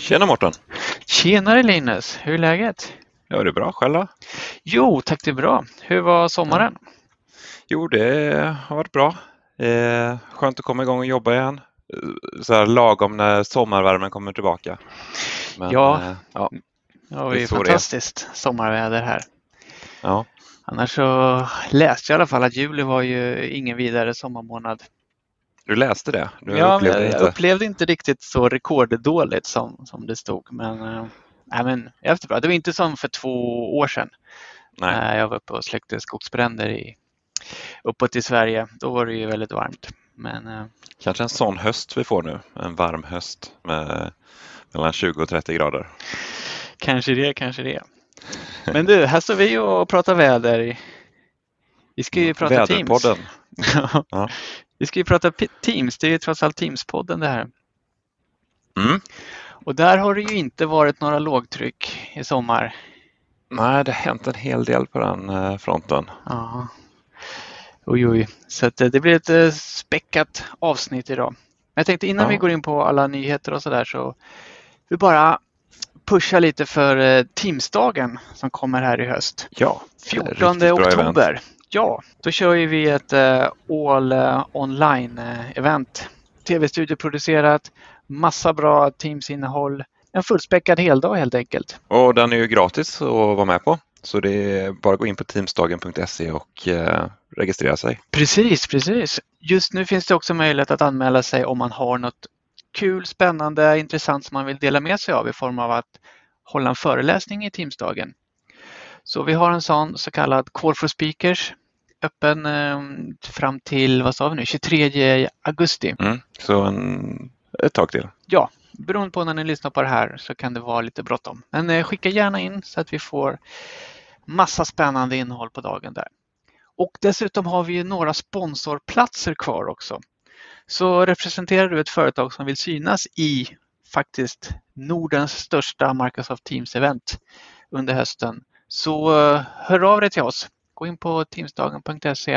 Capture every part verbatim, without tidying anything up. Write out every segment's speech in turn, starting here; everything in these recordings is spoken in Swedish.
Tjena Mårten. Tjenare Linus, hur är läget? Ja, det är bra. Själv då? Jo, tack, det är bra. Hur var sommaren? Ja. Jo, det har varit bra. Eh, skönt att komma igång och jobba igen. Så här lagom när sommarvärmen kommer tillbaka. Men, ja, eh, ja, det var ju så det är. fantastiskt sommarväder här. Ja. Annars så läste jag i alla fall att juli var ju ingen vidare sommarmånad. Du läste det? Du Ja, upplevde jag, det jag inte? upplevde inte riktigt så rekorddåligt som, som det stod. Men, äh, nej, men efterbra. Det var inte som för två år sedan. Nej. Äh, jag var uppe och släckte skogsbränder i, uppåt i Sverige. Då var det ju väldigt varmt. Men, äh, Kanske en sån höst vi får nu. En varm höst med mellan tjugo och trettio grader. Kanske det, kanske det. Men du, här står vi och pratar väder. Vi ska ju prata Teams. Väderpodden. Ja. Vi ska ju prata P- Teams, det är ju trots allt Teams-podden det här. Mm. Och där har det ju inte varit några lågtryck i sommar. Nej, det har hänt en hel del på den eh, fronten. Ja. Oj, oj. Så att, eh, det blir ett eh, späckat avsnitt idag. Men jag tänkte innan Ja. vi går in på alla nyheter och sådär så vi bara pusha lite för eh, Teamsdagen som kommer här i höst. Ja, fjortonde oktober. Ja, då kör ju vi ett uh, all uh, online uh, event. Tv-studioproducerat, massa bra Teams-innehåll. En fullspäckad heldag helt enkelt. Och den är ju gratis att vara med på. Så det är bara att gå in på teamsdagen punkt se och uh, registrera sig. Precis, precis. Just nu finns det också möjlighet att anmäla sig om man har något kul, spännande, intressant som man vill dela med sig av i form av att hålla en föreläsning i Teamsdagen. Så vi har en sån så kallad Call for Speakers öppen eh, fram till, vad sa vi nu, tjugotredje augusti. Mm, så en, ett tag till. Ja, beroende på när ni lyssnar på det här så kan det vara lite bråttom. Men eh, skicka gärna in så att vi får massa spännande innehåll på dagen där. Och dessutom har vi ju några sponsorplatser kvar också. Så representerar du ett företag som vill synas i faktiskt Nordens största Microsoft Teams-event under hösten, så hör av dig till oss. Gå in på teamsdagen punkt se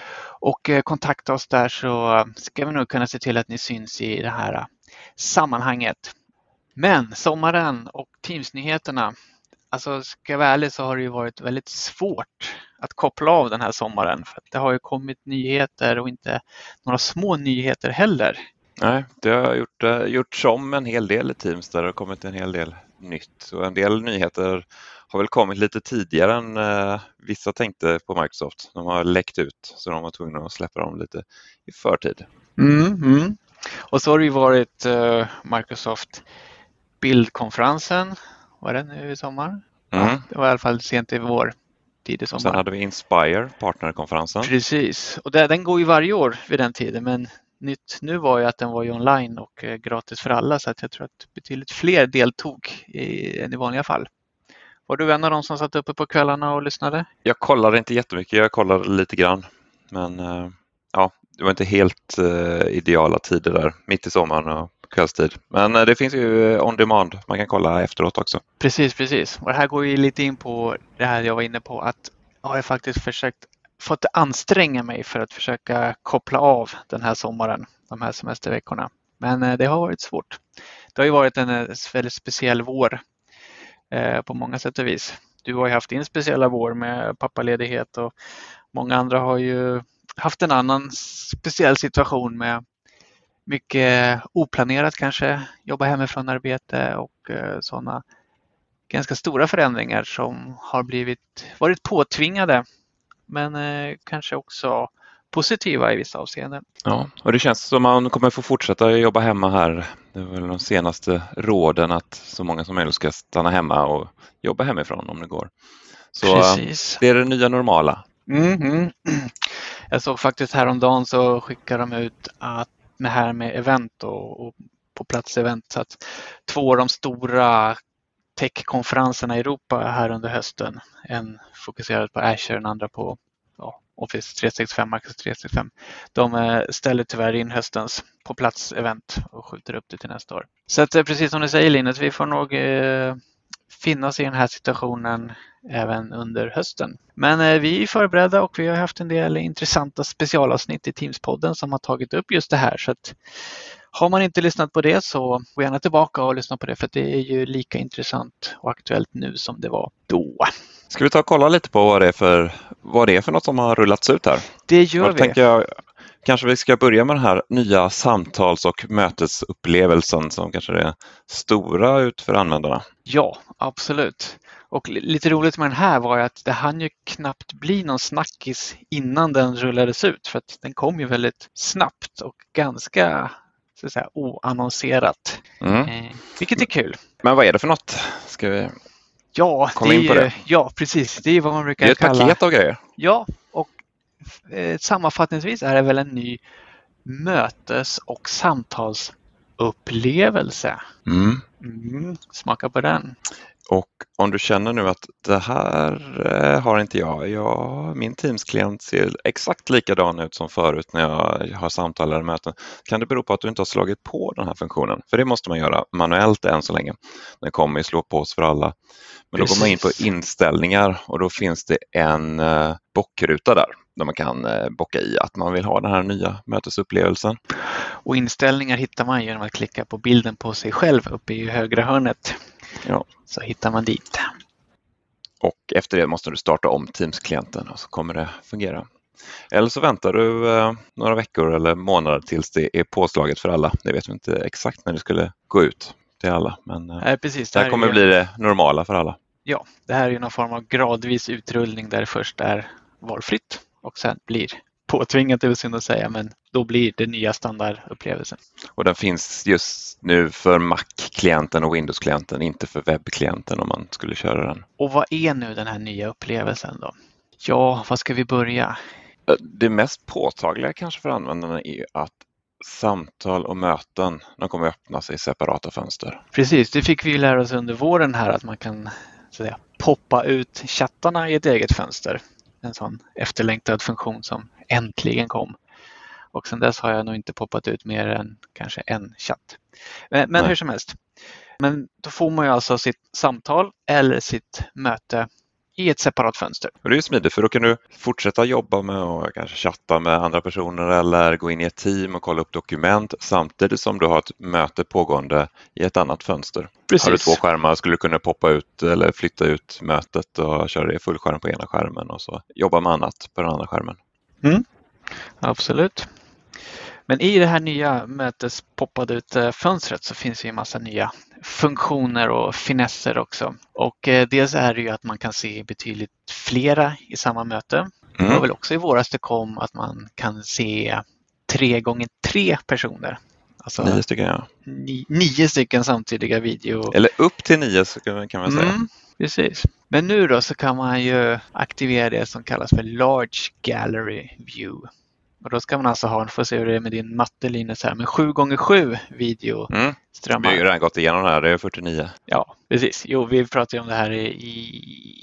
och kontakta oss där så ska vi nog kunna se till att ni syns i det här sammanhanget. Men sommaren och Teams-nyheterna, alltså ska jag vara ärlig så har det ju varit väldigt svårt att koppla av den här sommaren. För det har ju kommit nyheter och inte några små nyheter heller. Nej, det har gjort, gjort som en hel del i Teams där det har kommit en hel del nytt. Och en del nyheter har väl kommit lite tidigare än eh, vissa tänkte på Microsoft. De har läckt ut så de var tvungna att släppa dem lite i förtid. Mm, mm. Och så har det ju varit eh, Microsoft bildkonferensen. Var det nu i sommar? Mm. Ja, det var i alla fall sent i vår. Tid i sommar. Sen hade vi Inspire, partnerkonferensen. Precis, och det, den går ju varje år vid den tiden, men nytt nu var ju att den var ju online och eh, gratis för alla, så att jag tror att betydligt fler deltog i, än i vanliga fall. Var du en av de som satt uppe på kvällarna och lyssnade? Jag kollade inte jättemycket, jag kollade lite grann. Men eh, ja, det var inte helt eh, ideala tider där, mitt i sommaren och kvällstid. Men eh, det finns ju on demand, man kan kolla efteråt också. Precis, precis. Och det här går ju lite in på det här jag var inne på, att jag har faktiskt försökt fått anstränga mig för att försöka koppla av den här sommaren, de här semesterveckorna. Men eh, det har varit svårt. Det har ju varit en eh, väldigt speciell vår eh, på många sätt och vis. Du har ju haft din speciella vår med pappaledighet och många andra har ju haft en annan speciell situation med mycket oplanerat kanske, jobba hemifrån arbete och eh, sådana ganska stora förändringar som har blivit, varit påtvingade men eh, kanske också positiva i vissa avseenden. Ja, och det känns som man kommer få fortsätta jobba hemma här. Det är väl de senaste råden att så många som möjligt ska stanna hemma och jobba hemifrån om det går. Så Precis. Det är det nya normala. Mm-hmm. Jag såg faktiskt häromdagen så skickade de ut att med här med event och, och på plats event, så att två av de stora tech-konferenserna i Europa här under hösten, en fokuserad på Azure, den andra på ja, Office tre sextiofem, Microsoft tre sextiofem. De ställer tyvärr in höstens på plats event och skjuter upp det till nästa år. Så att precis som du säger Linus, vi får nog eh, finnas i den här situationen även under hösten. Men eh, vi är förberedda och vi har haft en del intressanta specialavsnitt i Teams-podden som har tagit upp just det här. Så att Har man inte lyssnat på det så gå gärna tillbaka och lyssna på det, för det är ju lika intressant och aktuellt nu som det var då. Ska vi ta och kolla lite på vad det är för, vad det är för något som har rullats ut här? Det gör Då vi. tänker jag, kanske vi ska börja med den här nya samtals- och mötesupplevelsen som kanske är stora ut för användarna. Ja, absolut. Och lite roligt med den här var ju att det hann ju knappt bli någon snackis innan den rullades ut, för att den kom ju väldigt snabbt och ganska så att säga, oannonserat. Mm. Eh, vilket är kul. Men vad är det för något? Ska vi Ja, komma det är in på ju, det? Ja, precis. Det är vad man brukar Det är ett kalla... paket av grejer. Ja, och eh, sammanfattningsvis är det väl en ny mötes- och samtalsupplevelse. Mm. Mm, smaka på den. Och om du känner nu att det här eh, har inte jag, jag min Teams-klient ser exakt likadan ut som förut när jag har samtal eller möten, kan det bero på att du inte har slagit på den här funktionen. För det måste man göra manuellt än så länge. Den kommer ju slå på oss för alla. Men Precis. Då går man in på inställningar och då finns det en eh, bockruta där. Där man kan eh, bocka i att man vill ha den här nya mötesupplevelsen. Och inställningar hittar man genom att klicka på bilden på sig själv uppe i högra hörnet. Ja. Så hittar man dit. Och efter det måste du starta om Teams-klienten och så kommer det fungera. Eller så väntar du eh, några veckor eller månader tills det är påslaget för alla. Det vet vi inte exakt när det skulle gå ut till alla. Men eh, Nej, precis, det här kommer ju, bli det normala för alla. Ja, det här är ju någon form av gradvis utrullning där det först är valfritt och sen blir påtvingat, det vill synd att säga, men då blir det nya standardupplevelsen. Och den finns just nu för Mac-klienten och Windows-klienten, inte för webbklienten om man skulle köra den. Och vad är nu den här nya upplevelsen då? Ja, vad ska vi börja? Det mest påtagliga kanske för användarna är att samtal och möten, de kommer öppnas i separata fönster. Precis, det fick vi lära oss under våren här, att man kan så att säga, poppa ut chattarna i ett eget fönster. En sån efterlängtad funktion som äntligen kom. Och sedan dess har jag nog inte poppat ut mer än kanske en chatt. Men, men hur som helst. Men då får man ju alltså sitt samtal eller sitt möte i ett separat fönster. Och det är ju smidigt, för då kan du fortsätta jobba med och kanske chatta med andra personer eller gå in i ett team och kolla upp dokument samtidigt som du har ett möte pågående i ett annat fönster. Precis. Har du två skärmar skulle du kunna poppa ut eller flytta ut mötet och köra det i fullskärm på ena skärmen och så jobba med annat på den andra skärmen. Mm. Absolut. Men i det här nya mötes poppade ut fönstret så finns det ju en massa nya funktioner och finesser också. Och eh, dels är det ju att man kan se betydligt flera i samma möte. Mm. Det var väl också i våras det kom att man kan se tre gånger tre personer. Alltså nio stycken, ja. Ni, nio stycken samtidiga video. Eller upp till nio kan man säga. Mm, precis. Men nu då så kan man ju aktivera det som kallas för Large Gallery View. Och då ska man alltså ha, får se hur det är med din matte Linus här, men sju gånger sju videoströmmar. Mm. Vi har ju redan gått igenom det här, det är fyrtionio. Ja, precis. Jo, vi pratade om det här i, i,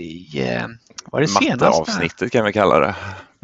i vad är det senaste? Matteavsnittet kan vi kalla det.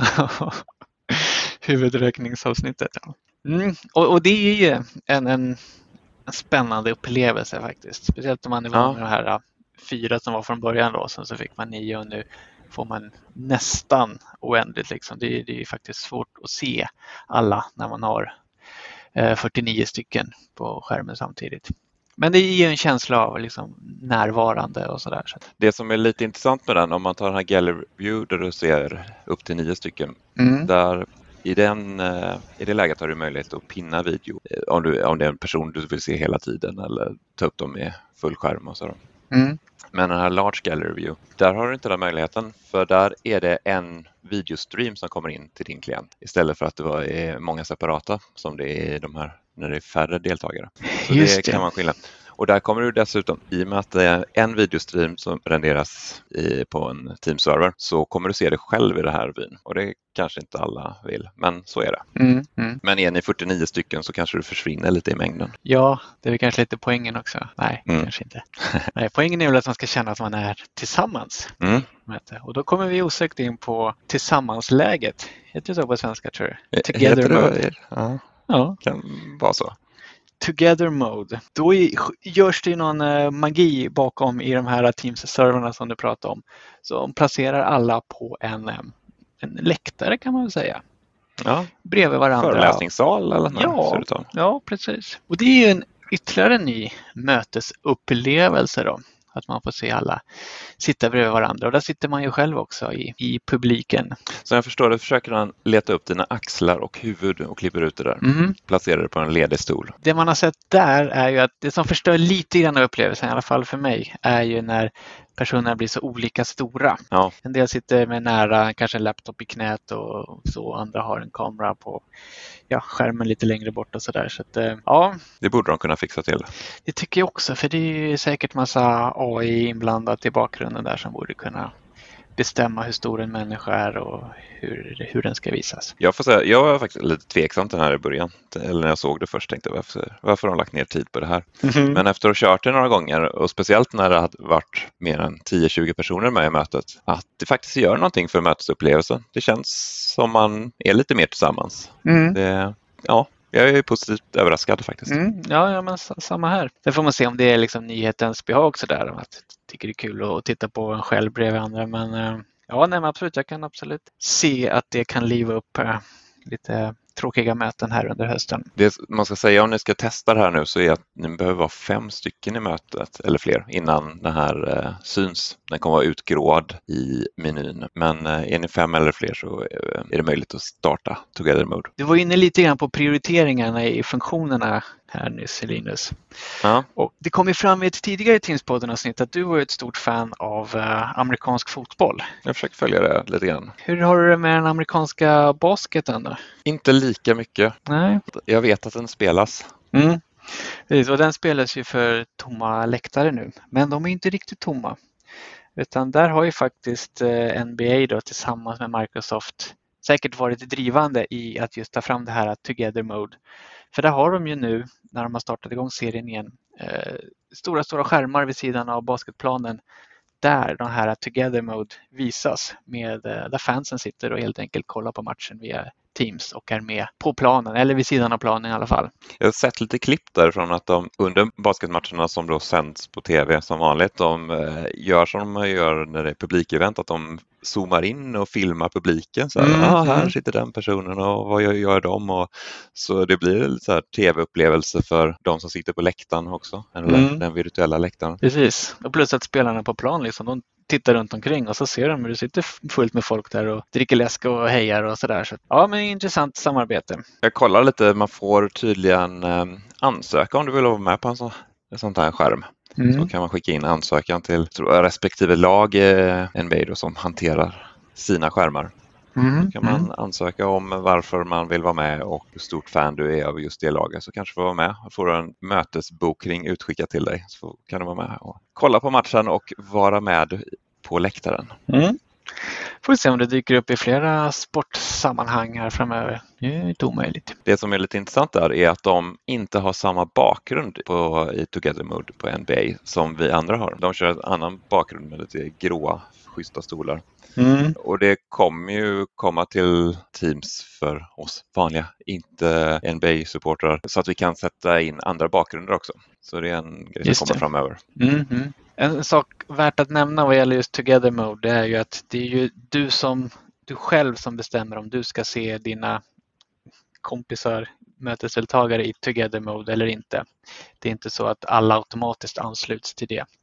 Huvudräkningsavsnittet, ja. Mm. Och, och det är ju en, en, en spännande upplevelse faktiskt. Speciellt om man är van med ja. de här fyra som var från början då, sen så fick man nio och nu får man nästan oändligt. Liksom. Det, är, det är faktiskt svårt att se alla när man har eh, fyrtionio stycken på skärmen samtidigt. Men det ger en känsla av liksom, närvarande och sådär. Det som är lite intressant med den, om man tar den här Gallery View där du ser upp till nio stycken, mm. där i, den, i det läget har du möjlighet att pinna video om, du, om det är en person du vill se hela tiden eller ta upp dem i fullskärm och så. Mm. Men den här Large Gallery View, där har du inte den möjligheten, för där är det en videostream som kommer in till din klient istället för att det är många separata som det är de här när det är färre deltagare. Så Just det kan man skilja. Och där kommer du dessutom, i och med att det är en videostream som renderas i, på en Teams-server, så kommer du se det själv i det här vyn. Och det kanske inte alla vill, men så är det. Mm, mm. Men är ni fyrtionio stycken så kanske du försvinner lite i mängden. Ja, det är väl kanske lite poängen också. Nej, mm. kanske inte. Nej, poängen är väl att man ska känna att man är tillsammans. Mm. Och då kommer vi osökt in på tillsammansläget. Heter det så på svenska, tror jag? Together mode. Ja, ja, kan vara så. Together mode. Då görs det någon magi bakom i de här Teams-serverna som du pratade om. Så de placerar alla på en, en läktare kan man väl säga. Ja. bredvid varandra. Föreläsningssal eller något, ja, ser det ut som. ja, precis. Och det är ju en ytterligare en ny mötesupplevelse då. Att man får se alla sitta bredvid varandra. Och där sitter man ju själv också i, i publiken. Så jag förstår det, försöker han leta upp dina axlar och huvud och klipper ut det där. Mm. Placerar det på en ledig stol. Det man har sett där är ju att det som förstör lite grann av upplevelsen, i alla fall för mig, är ju när personerna blir så olika stora. Ja. En del sitter med nära, kanske en laptop i knät och så. Andra har en kamera på ja, skärmen lite längre bort och sådär. Så att, ja. Det borde de kunna fixa till. Det tycker jag också, för det är ju säkert massa A I inblandat i bakgrunden där som borde kunna bestämma hur stor en människa är och hur, hur den ska visas. Jag får säga, jag var faktiskt lite tveksam till den här i början. Eller när jag såg det först tänkte jag, varför, varför har de lagt ner tid på det här? Mm-hmm. Men efter att ha kört det några gånger, och speciellt när det hade varit mer än tio tjugo personer med i mötet, att det faktiskt gör någonting för mötesupplevelsen. Det känns som man är lite mer tillsammans. Mm. Det, ja, jag är positivt överraskad faktiskt. Mm, ja, ja, men samma här. Sen får man se om det är liksom nyhetens behag så där. Att tycker det är kul att titta på en själv bredvid andra. Men ja, nej, men absolut. Jag kan absolut se att det kan liva upp äh, lite tråkiga möten här under hösten. Det man ska säga om ni ska testa det här nu så är att ni behöver vara fem stycken i mötet eller fler innan den här eh, syns. Den kommer vara utgråad i menyn. Men eh, är ni fem eller fler så eh, är det möjligt att starta Together Mode. Du var inne lite grann på prioriteringarna i funktionerna här nyss, Linus. Ja. Och det kom ju fram i ett tidigare Teamspodden-avsnitt att du var ett stort fan av eh, amerikansk fotboll. Jag försöker följa det lite grann. Hur har du det med den amerikanska basketen då? Inte lika mycket. Nej. Jag vet att den spelas. Mm. Precis, och den spelas ju för tomma läktare nu. Men de är inte riktigt tomma. Utan där har ju faktiskt eh, N B A då, tillsammans med Microsoft säkert varit drivande i att just ta fram det här Together Mode. För där har de ju nu, när de har startat igång serien igen, eh, stora, stora skärmar vid sidan av basketplanen där den här Together Mode visas, med, eh, där fansen sitter och helt enkelt kollar på matchen via Teams och är med på planen, eller vid sidan av planen i alla fall. Jag har sett lite klipp därifrån att de under basketmatcherna som då sänds på tv som vanligt, de eh, gör som de gör när det är publikevent, att de zoomar in och filmar publiken. Så här, mm. ah, här sitter den personen och vad gör, gör de? Och, så det blir en så här tv-upplevelse för de som sitter på läktaren också, eller mm. den virtuella läktaren. Precis, och plus att spelarna på plan liksom, de tittar runt omkring och så ser de hur det sitter fullt med folk där och dricker läsk och hejar och sådär. Så, ja, men intressant samarbete. Jag kollar lite, man får tydligen eh, ansöka om du vill vara med på en sån, en sån här skärm. Mm. Så kan man skicka in ansökan till tror jag, respektive lag eh, N B A då, som hanterar sina skärmar. Mm. Så kan man mm. ansöka om varför man vill vara med och hur stort fan du är av just det laget, så kanske får vara med och får en mötesbokning utskickat till dig, så kan du vara med och kolla på matchen och vara med på läktaren. Mm. Får vi se om det dyker upp i flera sportsammanhang här framöver. Det är omöjligt. Det som är lite intressant där är att de inte har samma bakgrund på, i Together Mode på N B A som vi andra har. De kör en annan bakgrund med lite gråa, schyssta stolar. Mm. Och det kommer ju komma till Teams för oss vanliga, inte N B A-supportrar, så att vi kan sätta in andra bakgrunder också. Så det är en grej som kommer framöver. Mm-hmm. En sak värt att nämna vad gäller just Together Mode, det är ju att det är ju du som du själv som bestämmer om du ska se dina kompisar, mötesdeltagare i Together Mode eller inte. Det är inte så att alla automatiskt ansluts till det.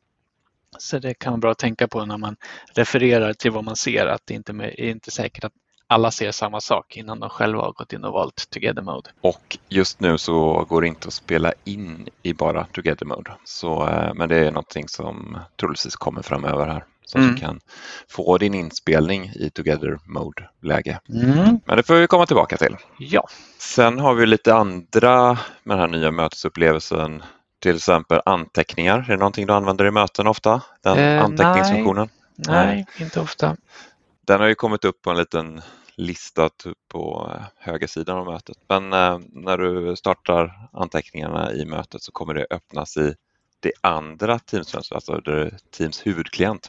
Så det kan vara bra att tänka på när man refererar till vad man ser, att det inte är inte säkert att alla ser samma sak innan de själva har gått in och valt Together Mode. Och just nu så går det inte att spela in i bara Together Mode. Så, men det är någonting som troligtvis kommer framöver här. Så mm. att du kan få din inspelning i Together Mode-läge. Mm. Men det får vi komma tillbaka till. Ja. Sen har vi lite andra med den här nya mötesupplevelsen. Till exempel anteckningar. Är det någonting du använder i möten ofta? Den eh, anteckningsfunktionen? Nej, nej, inte ofta. Den har ju kommit upp på en liten lista på högersidan av mötet. Men eh, när du startar anteckningarna i mötet så kommer det öppnas i det andra Teams-fönstret, alltså det Teams huvudklient.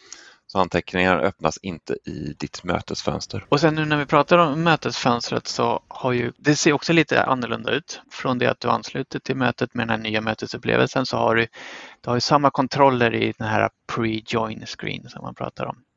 Så anteckningar öppnas inte i ditt mötesfönster. Och sen nu när vi pratar om mötesfönstret så har ju, det ser också lite annorlunda ut. Från det att du ansluter till mötet med den här nya mötesupplevelsen så har du, du har ju samma kontroller i den här pre-join screen som man pratar om.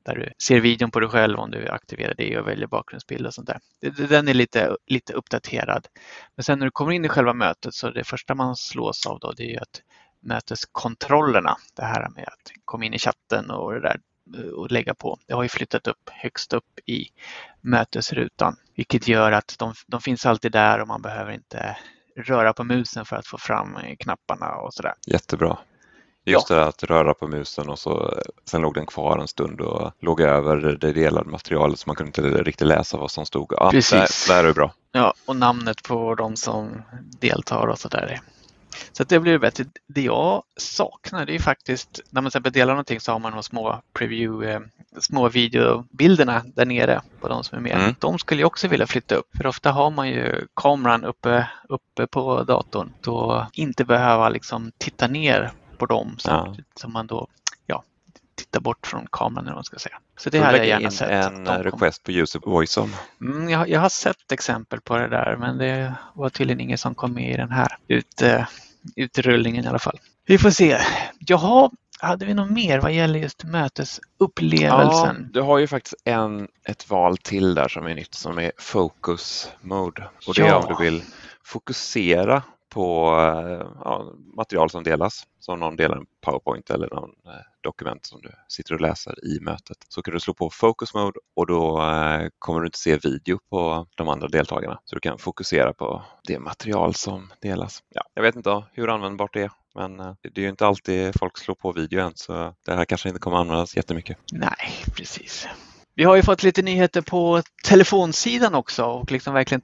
där du ser videon på dig själv om du aktiverar det och väljer bakgrundsbild och sånt där. Den är lite, lite uppdaterad. Men sen när du kommer in i själva mötet så det första man slås av då det är ju att möteskontrollerna, det här med att komma in i chatten och det där och lägga på. Det har ju flyttat upp högst upp i mötesrutan, vilket gör att de, de finns alltid där och man behöver inte röra på musen för att få fram knapparna och sådär. Jättebra. Just ja. Det där att röra på musen och så sen låg den kvar en stund och låg över det delade materialet så man kunde inte riktigt läsa vad som stod. Ja, precis. Där, där är det bra. Ja, och namnet på de som deltar och sådär. Så att det blir bättre. Det jag saknar det är faktiskt när man till exempel delar någonting så har man de små preview, eh, små videobilderna där nere på de som är med. Mm. De skulle jag också vilja flytta upp. För ofta har man ju kameran uppe, uppe på datorn. Då inte behöva liksom titta ner på dem samtidigt ja. Som man då ja, tittar bort från kameran eller vad man ska säga. Så det hade jag gärna sett. En request på user voice om. Mm, jag, jag har sett exempel på det där men det var tydligen ingen som kom med i den här ut, uh, utrullningen i alla fall. Vi får se. Jaha, hade vi något mer vad gäller just mötesupplevelsen? Ja, du har ju faktiskt en, ett val till där som är nytt som är focus mode. Och det ja. Är om du vill fokusera på ja, material som delas. Som någon delar en PowerPoint eller någon eh, dokument som du sitter och läser i mötet. Så kan du slå på focus mode och då eh, kommer du inte se video på de andra deltagarna. Så du kan fokusera på det material som delas. Ja, jag vet inte hur användbart det är. Men eh, det är ju inte alltid folk slår på video än så det här kanske inte kommer användas jättemycket. Nej, precis. Vi har ju fått lite nyheter på telefonsidan också och liksom verkligen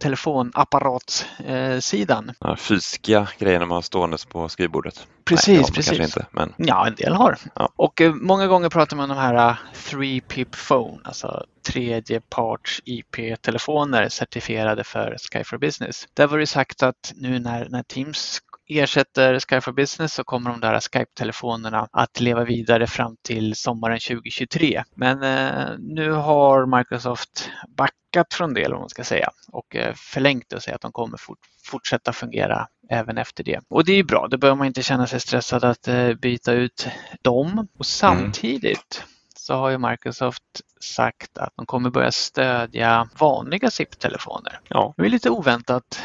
telefonapparatsidan. Ja, fysiska grejerna man har stående på skrivbordet. Precis, Nej, ja, precis. Kanske inte, men... Ja, en del har. Ja. Och eh, många gånger pratar man om de här uh, three-pip phone, alltså tredjeparts I P-telefoner certifierade för Skype for Business. Där var det sagt att nu när, när Teams ersätter Skype for Business så kommer de där Skype-telefonerna att leva vidare fram till sommaren tjugo tjugotre. Men eh, nu har Microsoft backat från det, om man ska säga, och eh, förlängt det och säga att de kommer fort, fortsätta fungera även efter det. Och det är bra, då behöver man inte känna sig stressad att eh, byta ut dem. Och samtidigt mm. så har ju Microsoft sagt att de kommer börja stödja vanliga S I P-telefoner. Ja. Det är lite oväntat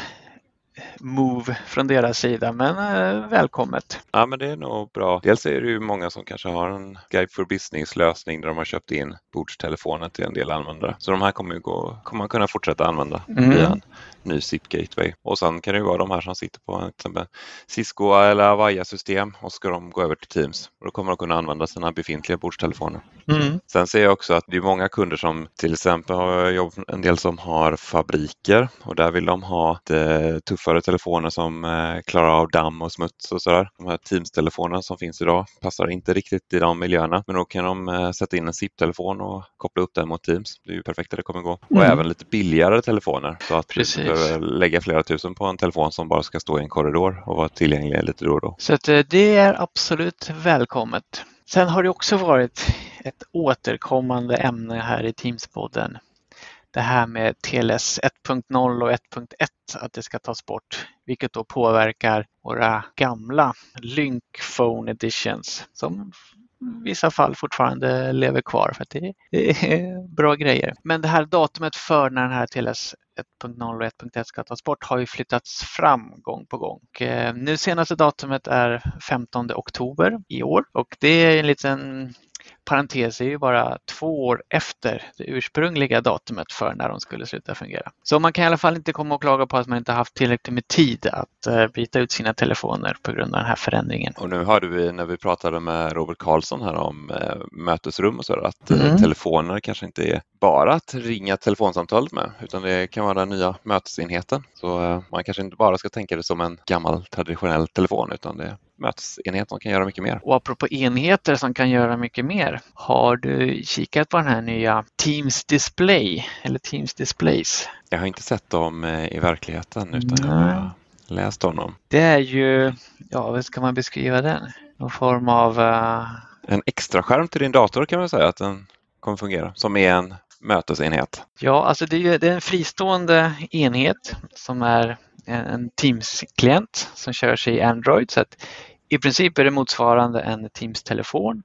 move från deras sida, men eh, välkommet. Ja, men det är nog bra. Dels är det ju många som kanske har en Skype for Business-lösning där de har köpt in bordstelefoner till en del användare. Så de här kommer ju gå, kommer man kunna fortsätta använda mm. via en ny S I P-gateway. Och sen kan det ju vara de här som sitter på till exempel Cisco eller Avaya-system och ska de gå över till Teams. Och då kommer de kunna använda sina befintliga bordstelefoner. Mm. Sen ser jag också att det är många kunder som till exempel har jobb, en del som har fabriker och där vill de ha det tuffare telefoner som eh, klarar av damm och smuts och sådär. De här Teams-telefonerna som finns idag passar inte riktigt i de miljöerna. Men då kan de eh, sätta in en S I P-telefon och koppla upp den mot Teams. Det är ju perfekt att det kommer gå. Mm. Och även lite billigare telefoner. Så att Precis. du behöver lägga flera tusen på en telefon som bara ska stå i en korridor och vara tillgänglig lite då och då. Så att, eh, det är absolut välkommet. Sen har det också varit ett återkommande ämne här i Teams-podden. Det här med T L S ett punkt noll och ett punkt ett, att det ska tas bort, vilket då påverkar våra gamla Lync Phone Editions som i vissa fall fortfarande lever kvar för att det är bra grejer. Men det här datumet för när den här T L S ett punkt noll och ett punkt ett ska tas bort har ju flyttats fram gång på gång. Och nu senaste datumet är femtonde oktober i år och det är en liten parentes, är ju bara två år efter det ursprungliga datumet för när de skulle sluta fungera. Så man kan i alla fall inte komma och klaga på att man inte haft tillräckligt med tid att byta ut sina telefoner på grund av den här förändringen. Och nu hörde vi när vi pratade med Robert Karlsson här om eh, mötesrum och så att mm. eh, telefoner kanske inte är bara att ringa telefonsamtalet med utan det kan vara den nya mötesenheten. Så eh, man kanske inte bara ska tänka det som en gammal traditionell telefon utan det är mötesenhet som kan göra mycket mer. Och apropå enheter som kan göra mycket mer, har du kikat på den här nya Teams Display eller Teams Displays? Jag har inte sett dem i verkligheten utan Nej. jag har läst om dem. Det är ju, ja vad ska man beskriva den? Någon form av... Uh... En extra skärm till din dator kan man säga att den kommer fungera som är en mötesenhet. Ja, alltså det är, ju, det är en fristående enhet som är en Teams-klient som kör sig i Android så att i princip är det motsvarande en Teams-telefon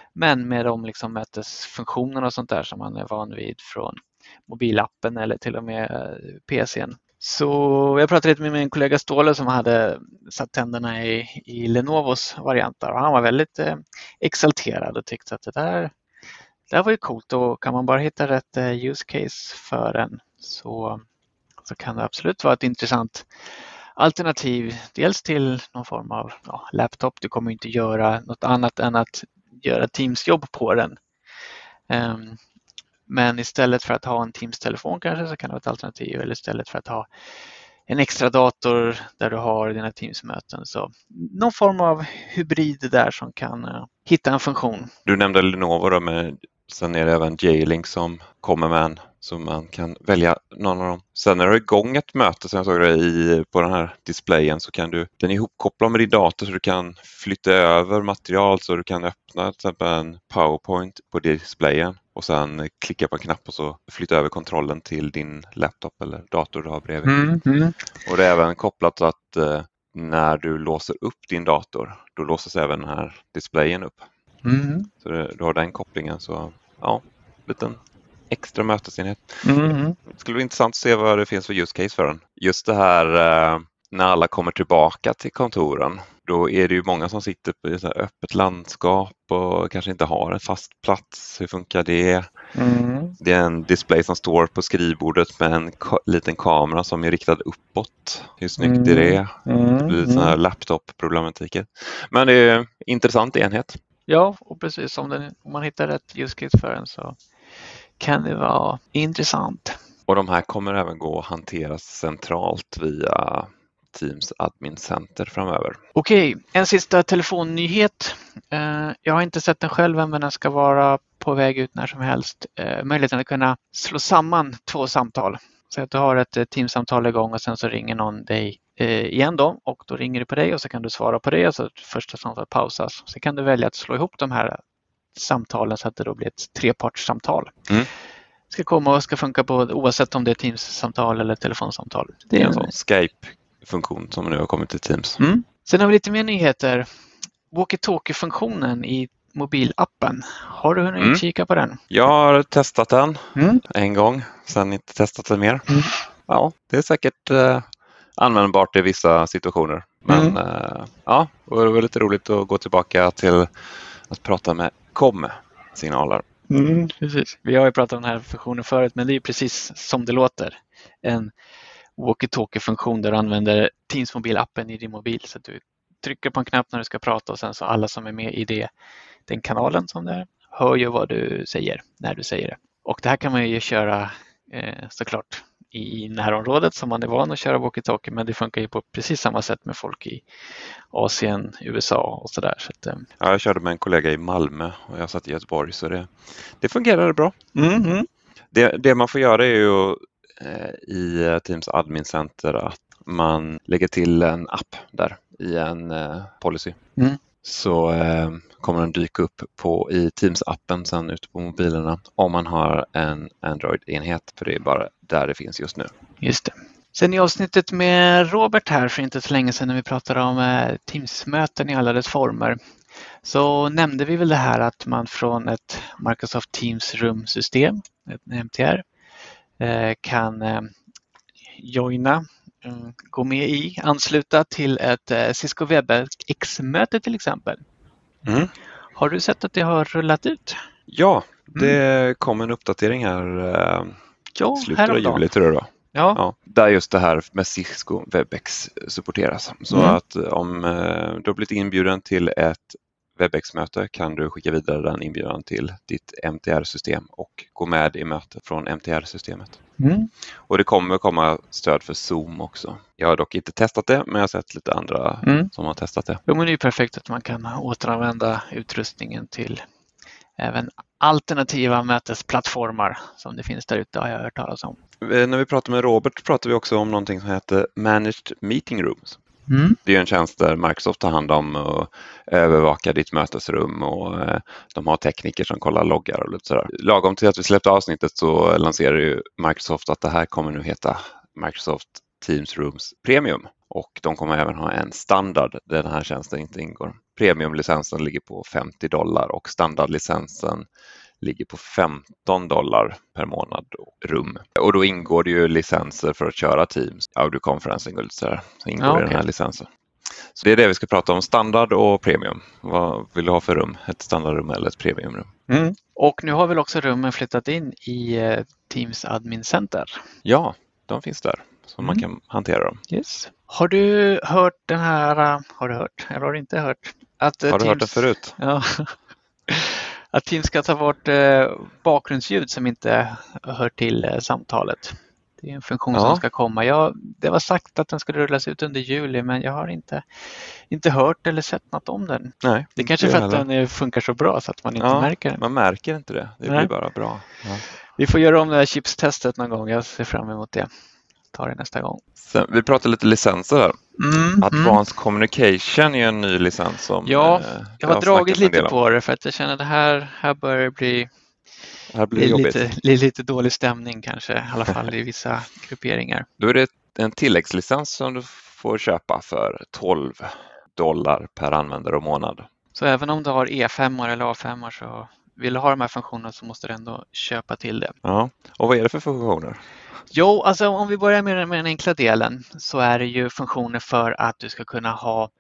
men med de liksom mötesfunktionerna och sånt där som man är van vid från mobilappen eller till och med P C:n. Så jag pratade lite med min kollega Ståle som hade satt tänderna i, i Lenovos varianter och han var väldigt eh, exalterad och tyckte att det där, det där var ju coolt, och kan man bara hitta rätt eh, use case för den så, så kan det absolut vara ett intressant alternativ, dels till någon form av ja, laptop. Du kommer inte göra något annat än att göra Teams-jobb på den. Um, men istället för att ha en Teams-telefon kanske så kan det vara ett alternativ, eller istället för att ha en extra dator där du har dina Teams-möten. Så någon form av hybrid där som kan uh, hitta en funktion. Du nämnde Lenovo då, men sen är det även J-Link som kommer med en, så man kan välja någon av dem. Sen när du är igång ett möte, som jag såg det i, på den här displayen, så kan du, den är ihopkopplad med din dator så du kan flytta över material, så du kan öppna till exempel en PowerPoint på displayen och sen klicka på en knapp och så flytta över kontrollen till din laptop eller dator du har bredvid. Mm, mm. Och det är även kopplat så att eh, när du låser upp din dator, då låses även den här displayen upp. Mm. Så det, du har den kopplingen, så ja, liten extra mötesenhet. Mm. Det skulle vara intressant att se vad det finns för use case för den. Just det här eh, när alla kommer tillbaka till kontoren, då är det ju många som sitter på ett öppet landskap och kanske inte har en fast plats. Hur funkar det? Mm. Det är en display som står på skrivbordet med en ka- liten kamera som är riktad uppåt. Hur snyggt Mm. är det? Mm. Det blir lite sån här laptop-problematiker. Men det är en intressant enhet. Ja, och precis som den, om man hittar rätt use case för den så kan det vara intressant. Och de här kommer även gå att hanteras centralt via Teams Admin Center framöver. Okej, en sista telefonnyhet. Eh, Jag har inte sett den själv än, men den ska vara på väg ut när som helst. Eh, Möjligheten att kunna slå samman två samtal. Så att du har ett eh, Teams-samtal igång och sen så ringer någon dig eh, igen då, och då ringer det på dig och så kan du svara på det och så att första samtalet pausas. Så kan du välja att slå ihop de här samtalen så att det då blir ett trepartssamtal. Mm. Ska komma och ska funka på oavsett om det är Teams-samtal eller telefonsamtal. Det är en sån Skype-funktion som nu har kommit till Teams. Mm. Sen har vi lite mer nyheter. Walkie-talkie-funktionen i mobilappen. Har du hunnit Mm. kika på den? Jag har testat den Mm. en gång, sen inte testat den mer. Mm. Ja, det är säkert eh, användbart i vissa situationer. Men Mm. eh, ja, och det var lite roligt att gå tillbaka till att prata med kom-signaler. Mm, precis. Vi har ju pratat om den här funktionen förut, men det är precis som det låter. En walkie-talkie-funktion där du använder Teams mobilappen i din mobil. Så att du trycker på en knapp när du ska prata och sen så alla som är med i det, den kanalen som det är, hör ju vad du säger när du säger det. Och det här kan man ju köra eh, såklart i närområdet som man är van att köra walkie-talkie, men det funkar ju på precis samma sätt med folk i Asien, U S A och sådär. Så att, eh. Ja, jag körde med en kollega i Malmö och jag satt i Göteborg, så det, det fungerade bra. Mm-hmm. Det, det man får göra är ju eh, i Teams Admin Center att man lägger till en app där i en eh, policy. Mm. Så eh, kommer den dyka upp på, i Teams-appen sen ute på mobilerna om man har en Android-enhet, för det är bara där det finns just nu. Just det. Sen i avsnittet med Robert här för inte så länge sedan när vi pratade om eh, Teams-möten i alla dess former, så nämnde vi väl det här att man från ett Microsoft Teams Room-system, ett M T R, eh, kan eh, joina, eh, gå med i, ansluta till ett eh, Cisco WebEx-möte till exempel. Mm. Har du sett att det har rullat ut? Ja, det kom en uppdatering här eh, Ja, slutet av häromdagen. juli tror jag då. Ja. Ja, där just det här med Cisco WebEx supporteras. Så Mm. att om eh, du har blivit inbjuden till ett WebEx-möte kan du skicka vidare den inbjudan till ditt M T R-system och gå med i mötet från M T R-systemet. Mm. Och det kommer komma stöd för Zoom också. Jag har dock inte testat det, men jag har sett lite andra Mm. som har testat det. Jo, men det är ju perfekt att man kan återanvända utrustningen till även alternativa mötesplattformar som det finns där ute, har jag hört talas om. Eh, När vi pratar med Robert pratar vi också om någonting som heter Managed Meeting Rooms. Mm. Det är ju en tjänst där Microsoft tar hand om och övervakar ditt mötesrum och eh, de har tekniker som kollar loggar och lite sådär. Lagom till att vi släppte avsnittet så lanserar ju Microsoft att det här kommer nu heta Microsoft Teams Rooms Premium. Och de kommer även ha en standard där den här tjänsten inte ingår. Premiumlicensen ligger på femtio dollar och standardlicensen ligger på femton dollar per månad och rum. Och då ingår det ju licenser för att köra Teams, audioconferencing och lite sådär. Så ingår Ja, i okej. den här licensen. Så det är det vi ska prata om, standard och premium. Vad vill du ha för rum? Ett standardrum eller ett premiumrum? Mm. Och nu har väl också rummen flyttat in i eh, Teams Admin Center. Ja, de finns där. Så Mm. man kan hantera dem. Yes. Har du hört den här, uh, har du hört, eller har du inte hört? Att, uh, Har du Teams, hört det förut? Ja, att Teams ska ta bort uh, bakgrundsljud som inte hör till uh, samtalet. Det är en funktion Ja. som ska komma. Ja, det var sagt att den skulle rullas ut under juli, men jag har inte, inte hört eller sett något om den. Nej. Det är kanske inte för att heller. den funkar så bra så att man inte Ja, märker den. man märker inte det. Det Nej. blir bara bra. Ja. Vi får göra om det här chipstestet någon gång. Jag ser fram emot det. Ta det nästa gång. Sen, vi pratar lite licenser här. Mm, Advanced Communication är en ny licens som Ja, eh, jag har jag dragit snackat en del lite om. på det för att jag känner att det här, här börjar det bli, Det här blir jobbigt. lite, lite, lite dålig stämning kanske, i alla fall i vissa grupperingar. Då är det en tilläggslicens som du får köpa för tolv dollar per användare och månad. Så även om du har E fem eller A fem så vill du ha de här funktionerna så måste du ändå köpa till det. Ja. Och vad är det för funktioner? Jo, alltså om vi börjar med, med den enkla delen så är det ju funktioner för att du ska kunna ha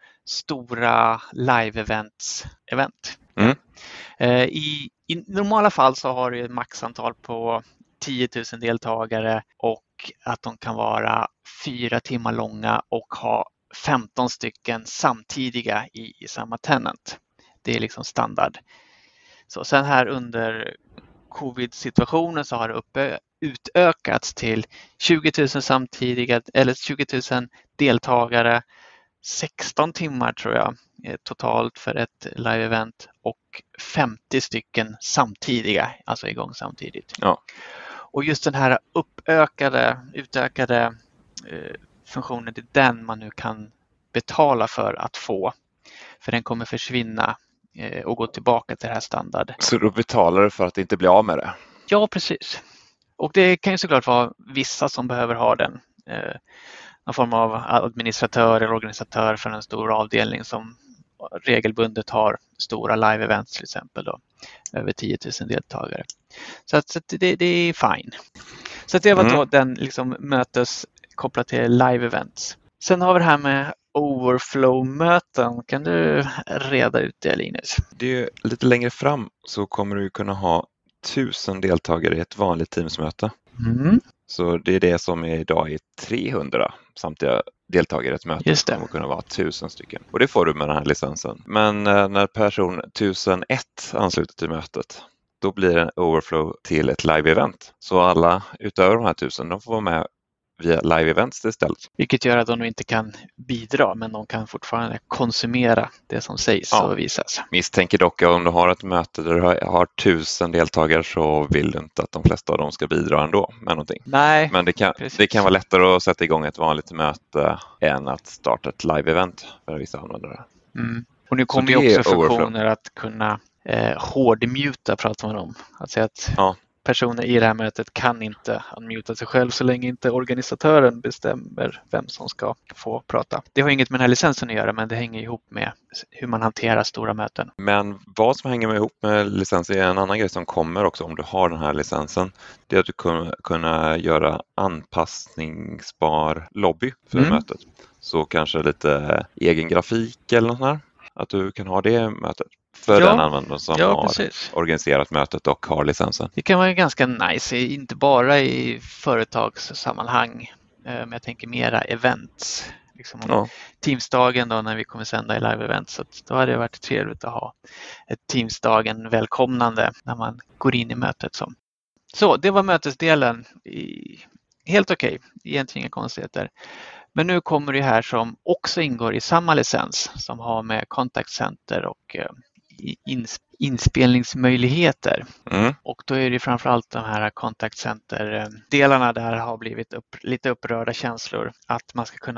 stora live-events. Event. Mm. Eh, I, I normala fall så har du ett maxantal på tio tusen deltagare och att de kan vara fyra timmar långa och ha femton stycken samtidiga i, i samma tenant. Det är liksom standard. Så sen här under covid-situationen så har det uppe, utökats till tjugo tusen samtidiga eller tjugo tusen deltagare, sexton timmar tror jag totalt för ett live-event och femtio stycken samtidiga, alltså igång samtidigt. Ja. Och just den här uppökade, utökade eh, funktionen, det är den man nu kan betala för att få. För den kommer försvinna eh, och gå tillbaka till det här standard. Så då betalar du för att inte bli av med det? Ja, precis. Och det kan ju såklart vara vissa som behöver ha den. Eh, någon form av administratör eller organisatör för en stor avdelning som regelbundet har stora live-events till exempel då, över tio tusen deltagare. Så, att, så att det, det är fine. Så att det var då Mm. den liksom mötes kopplat till live-events. Sen har vi det här med overflow-möten. Kan du reda ut det, Linus? Det är lite längre fram så kommer du kunna ha tusen deltagare i ett vanligt Teamsmöte. Mm. Så det är det som är idag är trehundra samtidiga deltagare i ett möte. Just det. kommer kunna vara tusen stycken. Och det får du med den här licensen. Men eh, när person tusen ett ansluter till mötet, då blir det en overflow till ett live-event. Så alla utöver de här tusen, de får vara med via live-events istället. Vilket gör att de inte kan bidra, men de kan fortfarande konsumera det som sägs Ja. och visas. Misstänker dock att om du har ett möte där du har, har tusen deltagare så vill du inte att de flesta av dem ska bidra ändå med någonting. Nej, Men det kan, Precis. det kan vara lättare att sätta igång ett vanligt möte än att starta ett live-event för vissa användare. mm. Och nu Så kommer det ju är också overflow. funktioner att kunna eh, hårdmuta, pratar man om. Att säga att Ja. personer i det här mötet kan inte unmuta sig själv så länge inte organisatören bestämmer vem som ska få prata. Det har inget med den här licensen att göra, men det hänger ihop med hur man hanterar stora möten. Men vad som hänger med ihop med licens är en annan grej som kommer också om du har den här licensen. Det är att du kommer kunna göra anpassningsbar lobby för Mm. mötet. Så kanske lite egen grafik eller något sånt här. Att du kan ha det i mötet för Ja. den användaren som Ja, har precis. organiserat mötet och har licensen. Det kan vara ganska nice, inte bara i företagssammanhang, eh, men jag tänker mera events. Liksom Ja. Teamsdagen då när vi kommer sända i live-event, så att då hade det varit trevligt att ha ett Teamsdagen välkomnande när man går in i mötet. Så, så det var mötesdelen. I, helt okej, okay. Egentligen inga konstigheter. Men nu kommer det här som också ingår i samma licens som har med contact center och eh, ins- inspelningsmöjligheter. Mm. Och då är det framförallt de här contact center-delarna där har blivit upp, lite upprörda känslor. Att man ska kunna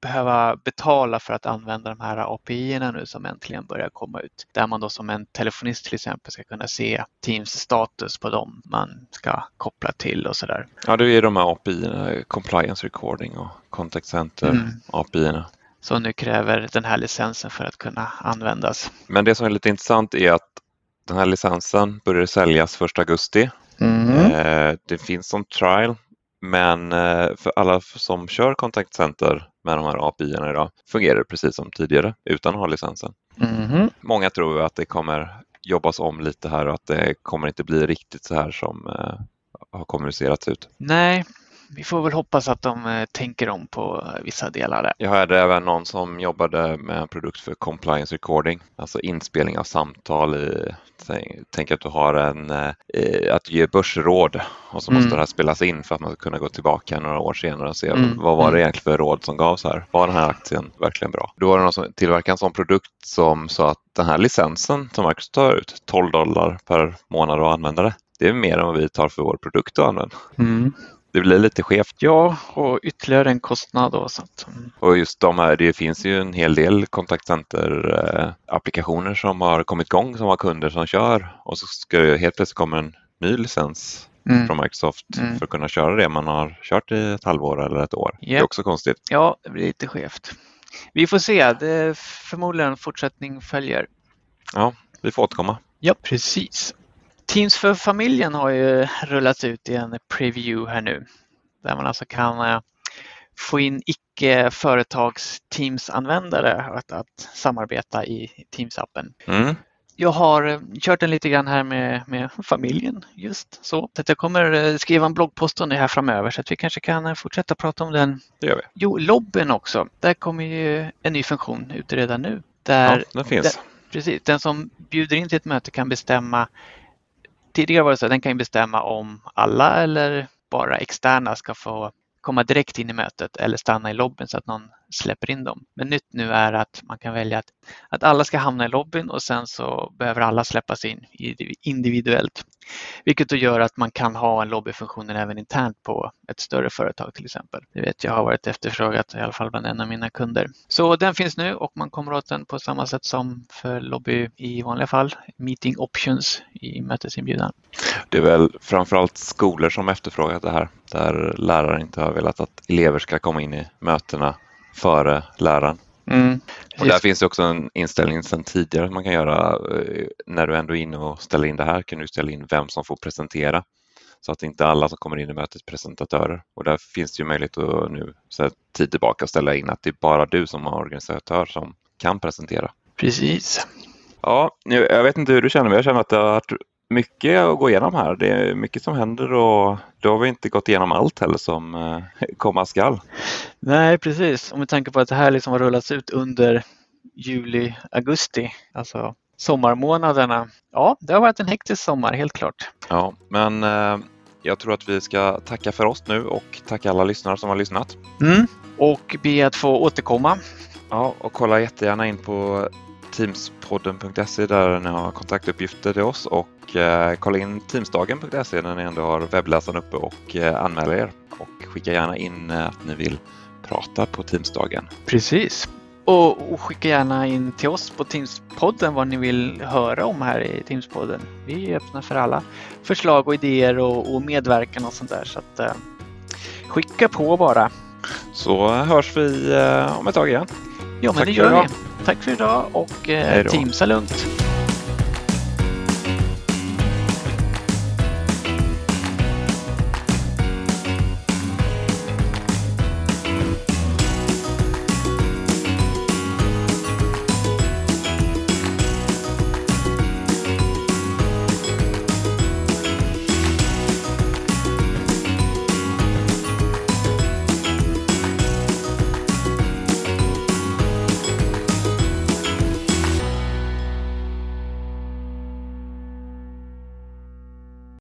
behöva betala för att använda de här A P I-erna nu som äntligen börjar komma ut. Där man då som en telefonist till exempel ska kunna se Teams status på dem man ska koppla till och sådär. Ja, det är de här A P I-erna, compliance recording och contact center mm. A P I-erna. Så nu kräver den här licensen för att kunna användas. Men det som är lite intressant är att den här licensen börjar säljas första augusti. Mm. Eh, det finns som trial, men eh, för alla som kör contact center med de här A P I-erna idag fungerar det precis som tidigare utan att ha licensen. Mm. Många tror att det kommer jobbas om lite här och att det kommer inte bli riktigt så här som eh, har kommunicerats ut. Nej. Vi får väl hoppas att de tänker om på vissa delar där. Jag hörde även någon som jobbade med en produkt för compliance recording, alltså inspelning av samtal. I, tänk att du har en, eh, att ge börsråd och så måste mm. det här spelas in för att man ska kunna gå tillbaka några år senare och se mm. vad var det egentligen för råd som gavs här. Var den här aktien verkligen bra? Då var det någon som tillverkade en sån produkt som sa att den här licensen som Microsoft tar ut, tolv dollar per månad och användare, det är mer än vad vi tar för vår produkt att använda. Mm. Det blir lite skevt. Ja, och ytterligare en kostnad då. Så att... Och just de här, det finns ju en hel del kontaktcenter-applikationer som har kommit igång, som har kunder som kör. Och så ska det helt plötsligt komma en ny licens mm. från Microsoft mm. för att kunna köra det man har kört i ett halvår eller ett år. Yep. Det är också konstigt. Ja, det blir lite skevt. Vi får se. Det är förmodligen en fortsättning följer. Ja, vi får återkomma. Ja, precis. Teams för familjen har ju rullats ut i en preview här nu. Där man alltså kan få in icke-företags Teams-användare att, att samarbeta i Teams-appen. Mm. Jag har kört den lite grann här med, med familjen just så. så att jag kommer skriva en bloggpost om det här framöver så att vi kanske kan fortsätta prata om den. Det gör vi. Jo, lobbyn också. Där kommer ju en ny funktion ut redan nu. Där ja, den finns. Den, precis, den som bjuder in till ett möte kan bestämma. Tidigare var det så att den kan bestämma om alla eller bara externa ska få komma direkt in i mötet eller stanna i lobbyn så att någon släpper in dem. Men nytt nu är att man kan välja att, att alla ska hamna i lobbyn och sen så behöver alla släppas in individuellt. Vilket då gör att man kan ha en lobbyfunktion även internt på ett större företag till exempel. Det vet jag har varit efterfrågat i alla fall bland en av mina kunder. Så den finns nu och man kommer åt den på samma sätt som för lobby i vanliga fall. Meeting options i mötesinbjudan. Det är väl framförallt skolor som efterfrågat det här. Där lärare inte har velat att elever ska komma in i mötena före läraren. Mm. Och där finns det också en inställning sedan tidigare man kan göra när du ändå är inne och ställer in det här kan du ställa in vem som får presentera så att inte alla som kommer in i mötet är presentatörer. Och där finns det ju möjlighet att nu så här, tid tillbaka ställa in att det är bara du som har organisatör som kan presentera. Precis. Ja, nu, jag vet inte hur du känner men jag känner att det har varit mycket att gå igenom här. Det är mycket som händer och då har vi inte gått igenom allt heller som eh, komma skall. Nej, precis. Om vi tänker på att det här liksom har rullats ut under juli, augusti, alltså sommarmånaderna. Ja, det har varit en hektisk sommar, helt klart. Ja, men eh, jag tror att vi ska tacka för oss nu och tacka alla lyssnare som har lyssnat. Mm. Och be att få återkomma. Ja, och kolla jättegärna in på teamspodden punkt se där ni har kontaktuppgifter till oss och eh, kolla in teamsdagen punkt se när ni ändå har webbläsaren uppe och eh, anmäla er och skicka gärna in eh, att ni vill prata på Teamsdagen. Precis. Och, och skicka gärna in till oss på Teamspodden vad ni vill höra om här i Teamspodden. Vi är öppna för alla förslag och idéer och, och medverkan och sånt där så att eh, skicka på bara. Så hörs vi eh, om ett tag igen. Ja, men Tack det gör vi. Tack för idag och eh, Teamsa lugnt.